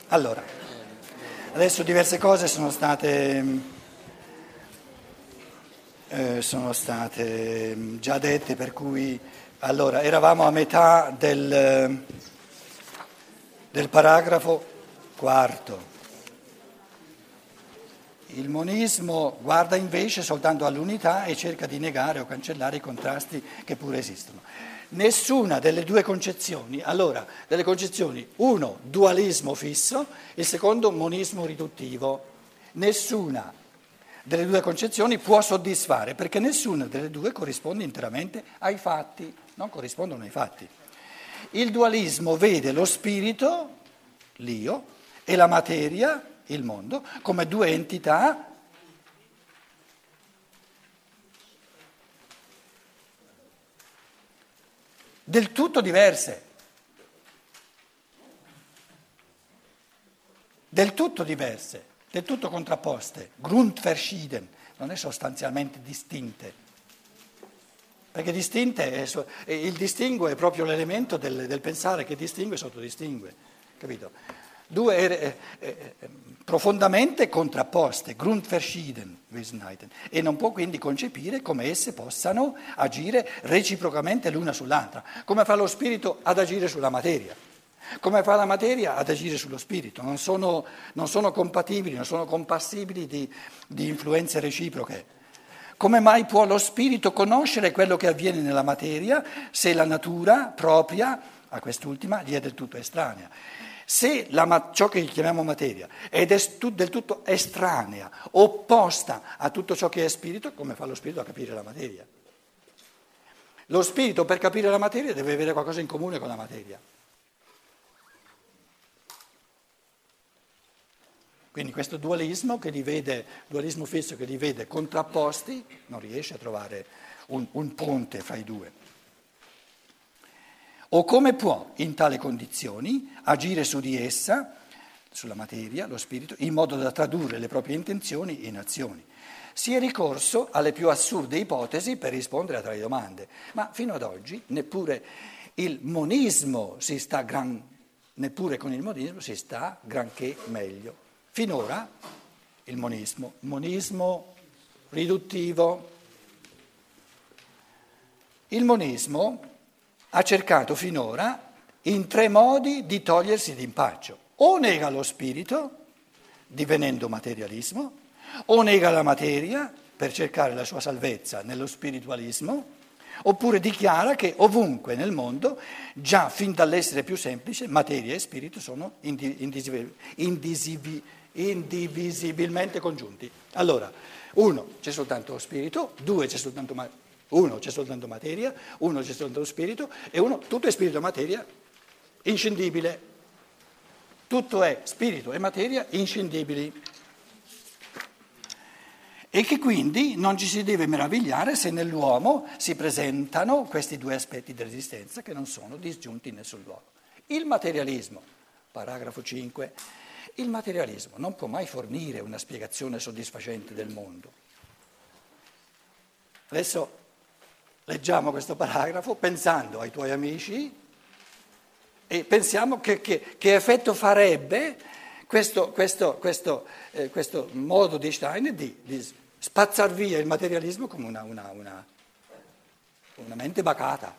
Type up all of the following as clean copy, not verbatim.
Allora, adesso diverse cose sono state già dette, per cui allora eravamo a metà del paragrafo quarto. Il monismo guarda invece soltanto all'unità e cerca di negare o cancellare i contrasti che pure esistono. Nessuna delle due concezioni, allora, delle concezioni, uno, dualismo fisso, il secondo, monismo riduttivo. Nessuna delle due concezioni può soddisfare, perché nessuna delle due corrisponde interamente ai fatti, non corrispondono ai fatti. Il dualismo vede lo spirito, l'io, e la materia, il mondo, come due entità del tutto diverse, del tutto contrapposte, grundverschieden, non è sostanzialmente distinte, perché il distinguo è proprio l'elemento del pensare che distingue e sottodistingue, capito? Due profondamente contrapposte, grundverschieden Wesenheiten, e non può quindi concepire come esse possano agire reciprocamente l'una sull'altra, come fa lo spirito ad agire sulla materia, come fa la materia ad agire sullo spirito, non sono compatibili, non sono compassibili di influenze reciproche. Come mai può lo spirito conoscere quello che avviene nella materia se la natura propria a quest'ultima gli è del tutto estranea? Se ciò che chiamiamo materia è del tutto estranea, opposta a tutto ciò che è spirito, come fa lo spirito a capire la materia? Lo spirito per capire la materia deve avere qualcosa in comune con la materia. Quindi questo dualismo fisso che li vede contrapposti, non riesce a trovare un ponte fra i due. O come può, in tali condizioni, agire su di essa, sulla materia, lo spirito, in modo da tradurre le proprie intenzioni in azioni? Si è ricorso alle più assurde ipotesi per rispondere a tali domande, ma fino ad oggi neppure con il monismo si sta granché meglio. Finora il monismo riduttivo. Il monismo ha cercato finora in tre modi di togliersi d'impaccio. O nega lo spirito, divenendo materialismo, o nega la materia per cercare la sua salvezza nello spiritualismo, oppure dichiara che ovunque nel mondo, già fin dall'essere più semplice, materia e spirito sono indivisibilmente congiunti. Allora, uno, c'è soltanto spirito, due, c'è soltanto materia. Uno c'è soltanto materia, uno c'è soltanto spirito e uno tutto è spirito e materia inscindibile. Tutto è spirito e materia inscindibili. E che quindi non ci si deve meravigliare se nell'uomo si presentano questi due aspetti dell'esistenza che non sono disgiunti in nessun luogo. Il materialismo, paragrafo 5, il materialismo non può mai fornire una spiegazione soddisfacente del mondo. Adesso leggiamo questo paragrafo pensando ai tuoi amici e pensiamo che effetto farebbe questo modo di Steiner di spazzar via il materialismo come una mente bacata.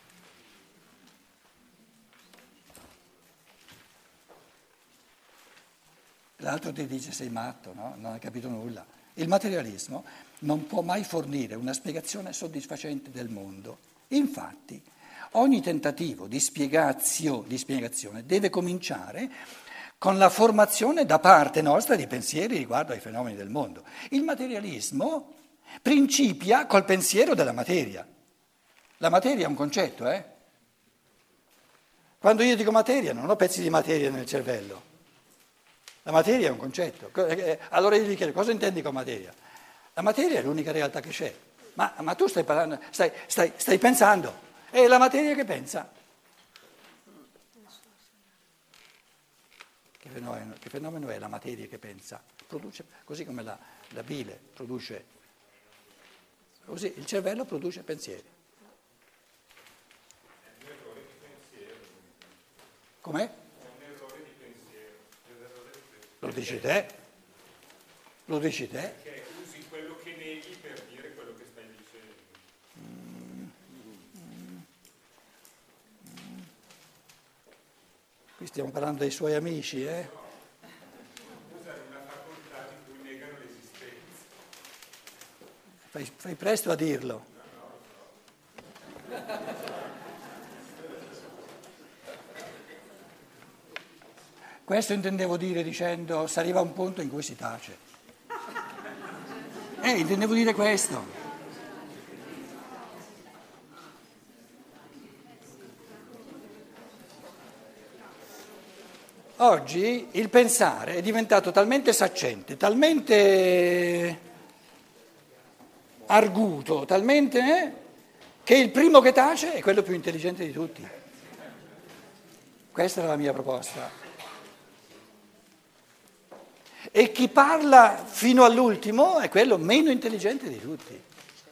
L'altro ti dice sei matto, no? Non hai capito nulla. Il materialismo non può mai fornire una spiegazione soddisfacente del mondo. Infatti, ogni tentativo di spiegazione deve cominciare con la formazione da parte nostra di pensieri riguardo ai fenomeni del mondo. Il materialismo principia col pensiero della materia. La materia è un concetto, eh? Quando io dico materia non ho pezzi di materia nel cervello. La materia è un concetto. Allora io gli chiedo cosa intendi con materia? La materia è l'unica realtà che c'è. Ma tu stai parlando, stai pensando. È la materia che pensa. Che fenomeno è la materia che pensa? Produce, così come la bile produce, così il cervello produce pensieri. Com'è? dici te, lo dici te. Perché usi quello che neghi per dire quello che stai dicendo. Qui stiamo parlando dei suoi amici, Usare una facoltà di cui negano l'esistenza. Fai presto a dirlo. Questo intendevo dire dicendo si arriva a un punto in cui si tace. Intendevo dire questo. Oggi il pensare è diventato talmente saccente, talmente arguto, talmente che il primo che tace è quello più intelligente di tutti. Questa era la mia proposta. E chi parla fino all'ultimo è quello meno intelligente di tutti.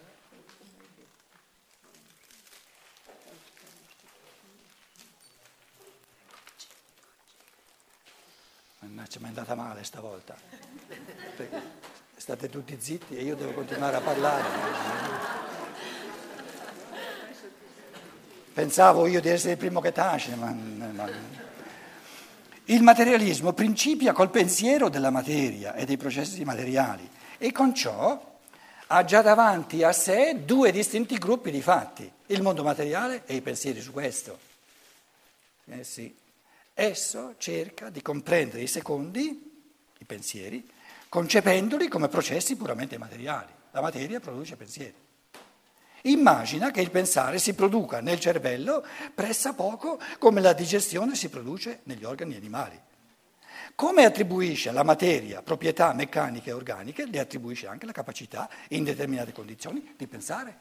Mannaggia, mi è andata male stavolta. Perché state tutti zitti e io devo continuare a parlare. Pensavo io di essere il primo che tace, ma... Il materialismo principia col pensiero della materia e dei processi materiali e con ciò ha già davanti a sé due distinti gruppi di fatti, il mondo materiale e i pensieri su questo. Sì. Esso cerca di comprendere i secondi, i pensieri, concependoli come processi puramente materiali. La materia produce pensieri. Immagina che il pensare si produca nel cervello pressappoco come la digestione si produce negli organi animali. Come attribuisce alla materia proprietà meccaniche e organiche, le attribuisce anche la capacità, in determinate condizioni, di pensare.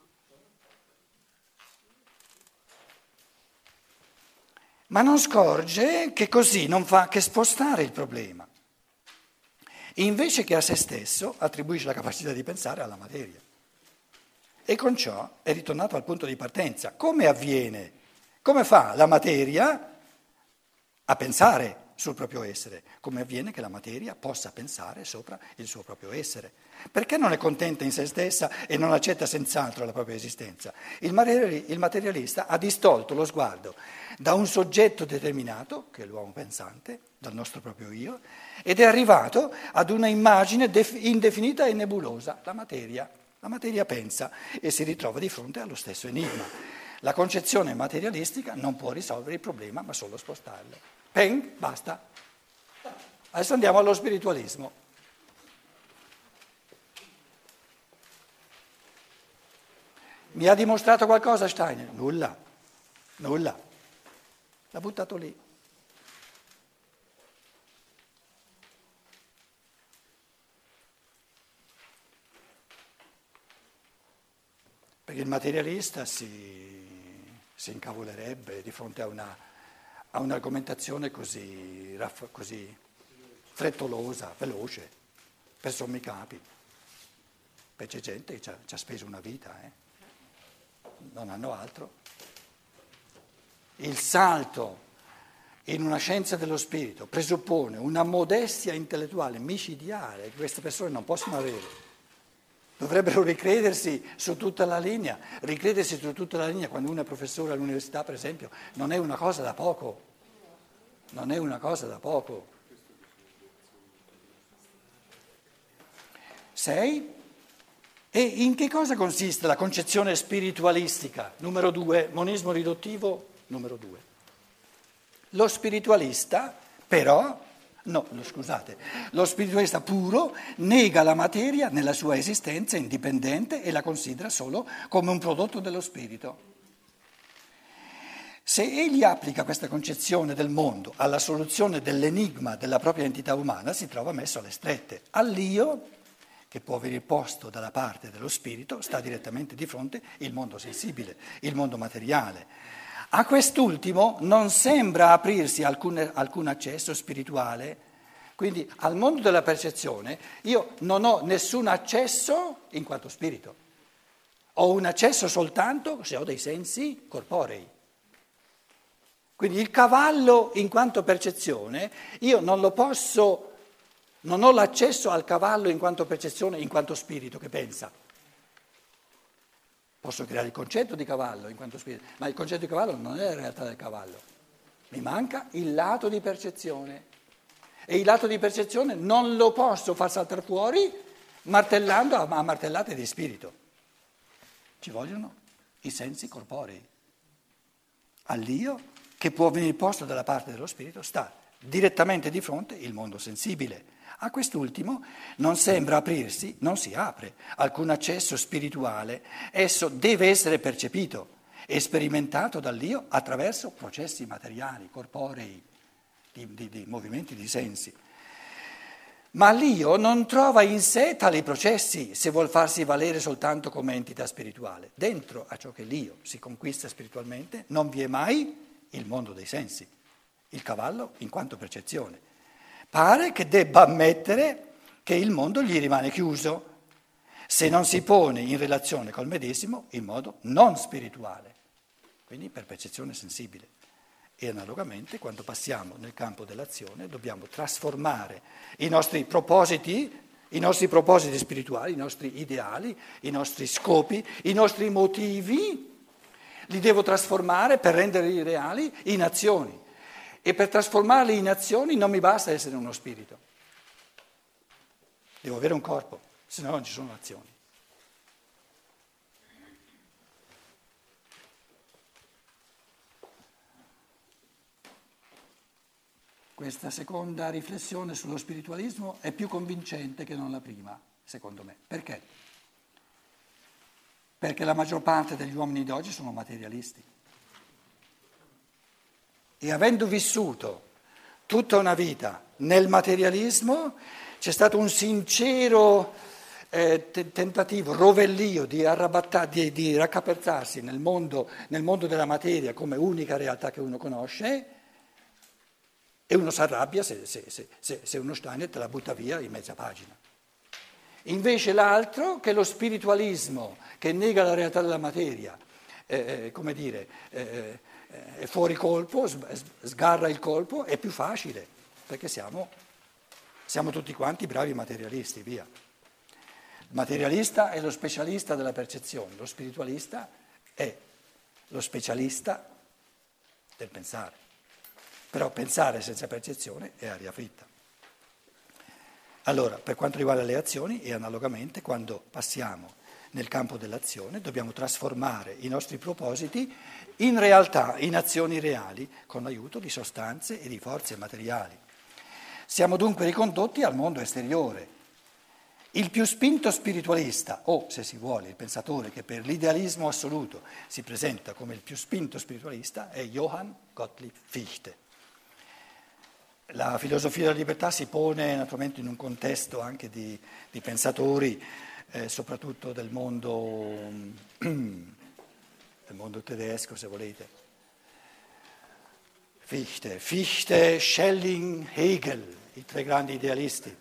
Ma non scorge che così non fa che spostare il problema. Invece che a se stesso attribuisce la capacità di pensare alla materia. E con ciò è ritornato al punto di partenza. Come avviene? Come fa la materia a pensare sul proprio essere? Come avviene che la materia possa pensare sopra il suo proprio essere? Perché non è contenta in se stessa e non accetta senz'altro la propria esistenza? Il materialista ha distolto lo sguardo da un soggetto determinato, che è l'uomo pensante, dal nostro proprio io, ed è arrivato ad una immagine indefinita e nebulosa, la materia. La materia pensa e si ritrova di fronte allo stesso enigma. La concezione materialistica non può risolvere il problema, ma solo spostarlo. Peng, basta. Adesso andiamo allo spiritualismo. Mi ha dimostrato qualcosa Steiner? Nulla. L'ha buttato lì. Perché il materialista si incavolerebbe di fronte a un'argomentazione così frettolosa, veloce, per sommi capi. Poi c'è gente che ci ha speso una vita, non hanno altro. Il salto in una scienza dello spirito presuppone una modestia intellettuale micidiale che queste persone non possono avere. Dovrebbero ricredersi su tutta la linea. Ricredersi su tutta la linea quando uno è professore all'università, per esempio, non è una cosa da poco. Non è una cosa da poco. 6. E in che cosa consiste la concezione spiritualistica? Numero 2, monismo riduttivo, numero 2. Lo spiritualista, però... lo spiritualista puro nega la materia nella sua esistenza indipendente e la considera solo come un prodotto dello spirito. Se egli applica questa concezione del mondo alla soluzione dell'enigma della propria entità umana, si trova messo alle strette. All'io, che può venire posto dalla parte dello spirito, sta direttamente di fronte il mondo sensibile, il mondo materiale. A quest'ultimo non sembra aprirsi alcun accesso spirituale, quindi al mondo della percezione io non ho nessun accesso in quanto spirito, ho un accesso soltanto se ho dei sensi corporei. Quindi il cavallo in quanto percezione io non lo posso Non ho l'accesso al cavallo in quanto percezione, in quanto spirito che pensa. Posso creare il concetto di cavallo in quanto spirito, ma il concetto di cavallo non è la realtà del cavallo. Mi manca il lato di percezione. E il lato di percezione non lo posso far saltare fuori martellando a martellate di spirito. Ci vogliono i sensi corporei. All'io, che può venire posto dalla parte dello spirito, sta direttamente di fronte il mondo sensibile. A quest'ultimo non sembra aprirsi, non si apre alcun accesso spirituale, esso deve essere percepito e sperimentato dall'io attraverso processi materiali, corporei, di movimenti di sensi. Ma l'io non trova in sé tali processi se vuol farsi valere soltanto come entità spirituale. Dentro a ciò che l'io si conquista spiritualmente non vi è mai il mondo dei sensi, il cavallo in quanto percezione. Pare che debba ammettere che il mondo gli rimane chiuso se non si pone in relazione col medesimo in modo non spirituale, quindi per percezione sensibile. E analogamente, quando passiamo nel campo dell'azione, dobbiamo trasformare i nostri propositi spirituali, i nostri ideali, i nostri scopi, i nostri motivi, li devo trasformare per renderli reali in azioni. E per trasformarli in azioni non mi basta essere uno spirito. Devo avere un corpo, se no non ci sono azioni. Questa seconda riflessione sullo spiritualismo è più convincente che non la prima, secondo me. Perché? Perché la maggior parte degli uomini d'oggi sono materialisti. E avendo vissuto tutta una vita nel materialismo, c'è stato un sincero tentativo, rovellio di raccapezzarsi nel mondo della materia come unica realtà che uno conosce, e uno si arrabbia se uno Steiner te la butta via in mezza pagina. Invece l'altro, che è lo spiritualismo, che nega la realtà della materia, è fuori colpo, sgarra il colpo, è più facile, perché siamo tutti quanti bravi materialisti, via. Il materialista è lo specialista della percezione, lo spiritualista è lo specialista del pensare. Però pensare senza percezione è aria fritta. Allora, per quanto riguarda le azioni, e analogamente, quando passiamo nel campo dell'azione, dobbiamo trasformare i nostri propositi in realtà, in azioni reali, con l'aiuto di sostanze e di forze materiali. Siamo dunque ricondotti al mondo esteriore. Il più spinto spiritualista, o se si vuole il pensatore che per l'idealismo assoluto si presenta come il più spinto spiritualista, è Johann Gottlieb Fichte. La filosofia della libertà si pone naturalmente in un contesto anche di pensatori, soprattutto del mondo tedesco, se volete. Fichte, Schelling, Hegel, i tre grandi idealisti.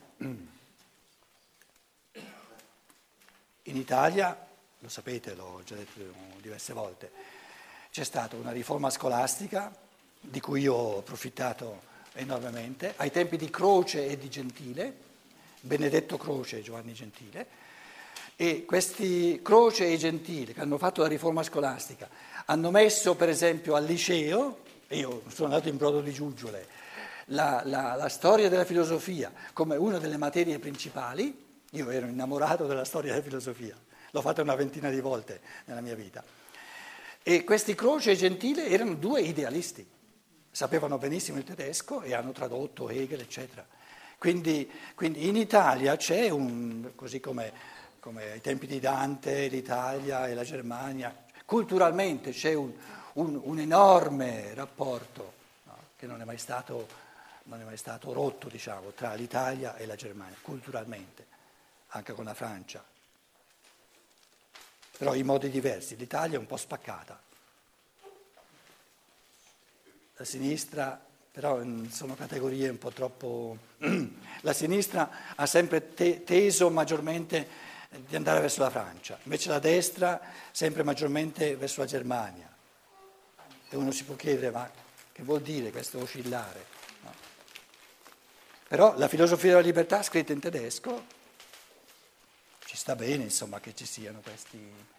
In Italia, lo sapete, l'ho già detto diverse volte, c'è stata una riforma scolastica di cui io ho approfittato enormemente, ai tempi di Croce e di Gentile, Benedetto Croce e Giovanni Gentile, e questi Croce e Gentile che hanno fatto la riforma scolastica hanno messo per esempio al liceo, e io sono andato in brodo di giuggiole, la storia della filosofia come una delle materie principali. Io ero innamorato della storia della filosofia, l'ho fatta una ventina di volte nella mia vita, e questi Croce e Gentile erano due idealisti. Sapevano benissimo il tedesco e hanno tradotto Hegel, eccetera. Quindi in Italia c'è così come ai tempi di Dante, l'Italia e la Germania, culturalmente c'è un enorme rapporto, no, che non è mai stato rotto, diciamo, tra l'Italia e la Germania, culturalmente, anche con la Francia. Però in modi diversi, l'Italia è un po' spaccata. La sinistra, però sono categorie un po' troppo. La sinistra ha sempre teso maggiormente di andare verso la Francia, invece la destra sempre maggiormente verso la Germania. E uno si può chiedere, ma che vuol dire questo oscillare? No? Però la filosofia della libertà scritta in tedesco ci sta bene, insomma, che ci siano questi,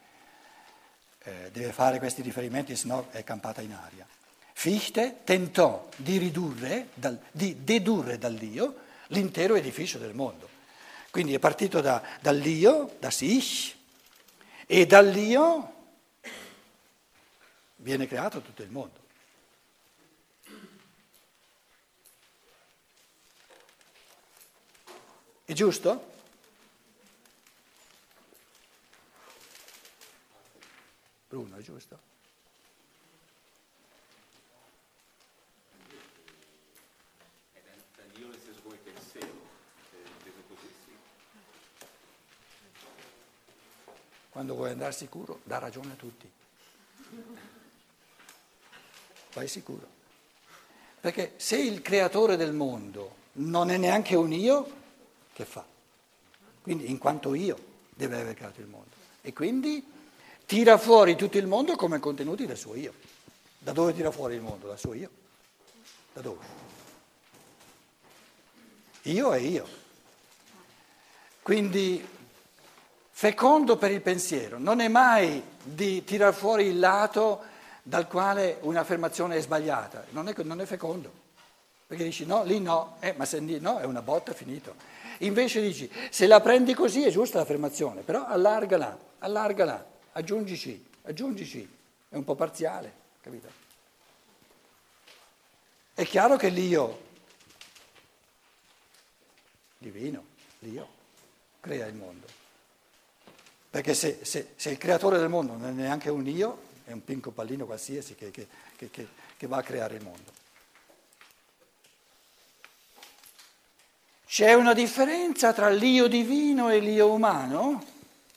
deve fare questi riferimenti, sennò è campata in aria. Fichte tentò di dedurre dall'io l'intero edificio del mondo. Quindi è partito dall'io, da sich, e dall'io viene creato tutto il mondo. È giusto? Bruno, è giusto? Da Dio nel senso come pensiero, inteso così, sì. Quando vuoi andare sicuro, dà ragione a tutti. Vai sicuro. Perché se il creatore del mondo non è neanche un io, che fa? Quindi in quanto io deve aver creato il mondo. E quindi tira fuori tutto il mondo come contenuti del suo io. Da dove tira fuori il mondo? Dal suo io. Da dove? Io è io. Quindi fecondo per il pensiero non è mai di tirar fuori il lato dal quale un'affermazione è sbagliata, non è fecondo. Perché dici no, lì no, ma se no è una botta, finito. Invece dici, se la prendi così è giusta l'affermazione, però allargala, aggiungici, è un po' parziale, capito? È chiaro che l'io divino, l'io, crea il mondo. Perché se il creatore del mondo non è neanche un io, è un pinco pallino qualsiasi che va a creare il mondo. C'è una differenza tra l'io divino e l'io umano?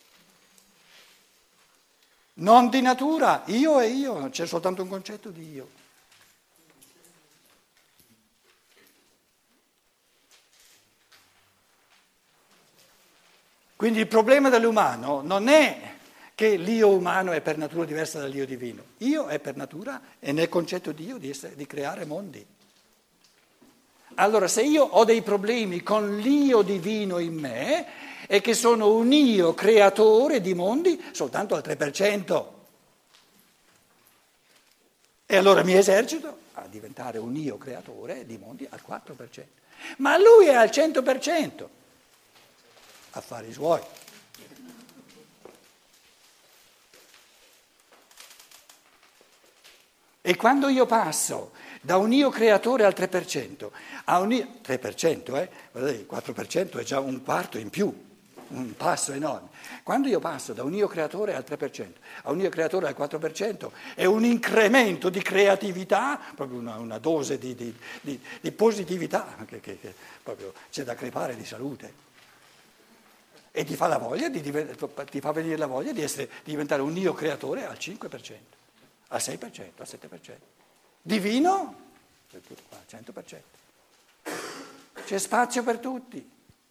Non di natura, io e io, c'è soltanto un concetto di io. Quindi il problema dell'umano non è che l'io umano è per natura diversa dall'io divino. Io è per natura e nel concetto di io di creare mondi. Allora se io ho dei problemi con l'io divino in me è che sono un io creatore di mondi soltanto al 3%. E allora mi esercito a diventare un io creatore di mondi al 4%. Ma lui è al 100%. Affari suoi. E quando io passo da un io creatore al 3% a un io 3%, guardate, il 4% è già un quarto in più, un passo enorme. Quando io passo da un io creatore al 3% a un io creatore al 4% è un incremento di creatività, proprio una dose di positività che proprio c'è da crepare di salute. E ti fa venire la voglia di diventare un io creatore al 5%, al 6%, al 7%. Divino? Al 100%. C'è spazio per tutti.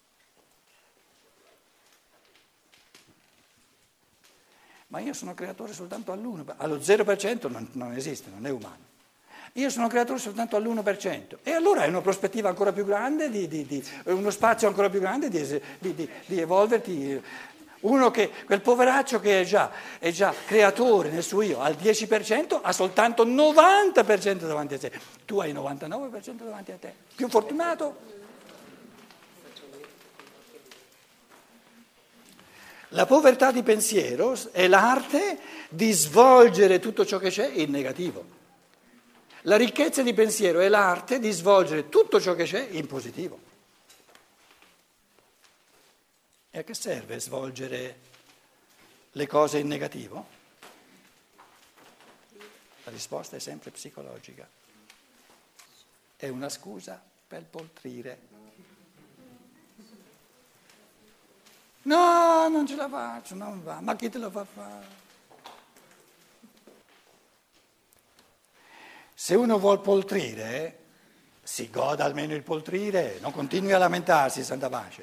Ma io sono creatore soltanto all'1%, allo 0% non esiste, non è umano. Io sono creatore soltanto all'1%, e allora è una prospettiva ancora più grande, uno spazio ancora più grande di evolverti. Quel poveraccio che è già creatore nel suo io al 10% ha soltanto 90% davanti a sé. Tu hai 99% davanti a te. Più fortunato. La povertà di pensiero è l'arte di svolgere tutto ciò che c'è in negativo. La ricchezza di pensiero è l'arte di svolgere tutto ciò che c'è in positivo. E a che serve svolgere le cose in negativo? La risposta è sempre psicologica. È una scusa per poltrire. No, non ce la faccio, non va. Ma chi te lo fa fare? Se uno vuol poltrire, si goda almeno il poltrire, non continui a lamentarsi, santa pace.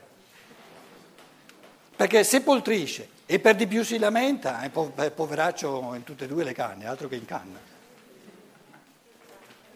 Perché se poltrisce e per di più si lamenta, è poveraccio in tutte e due le canne, altro che in canna.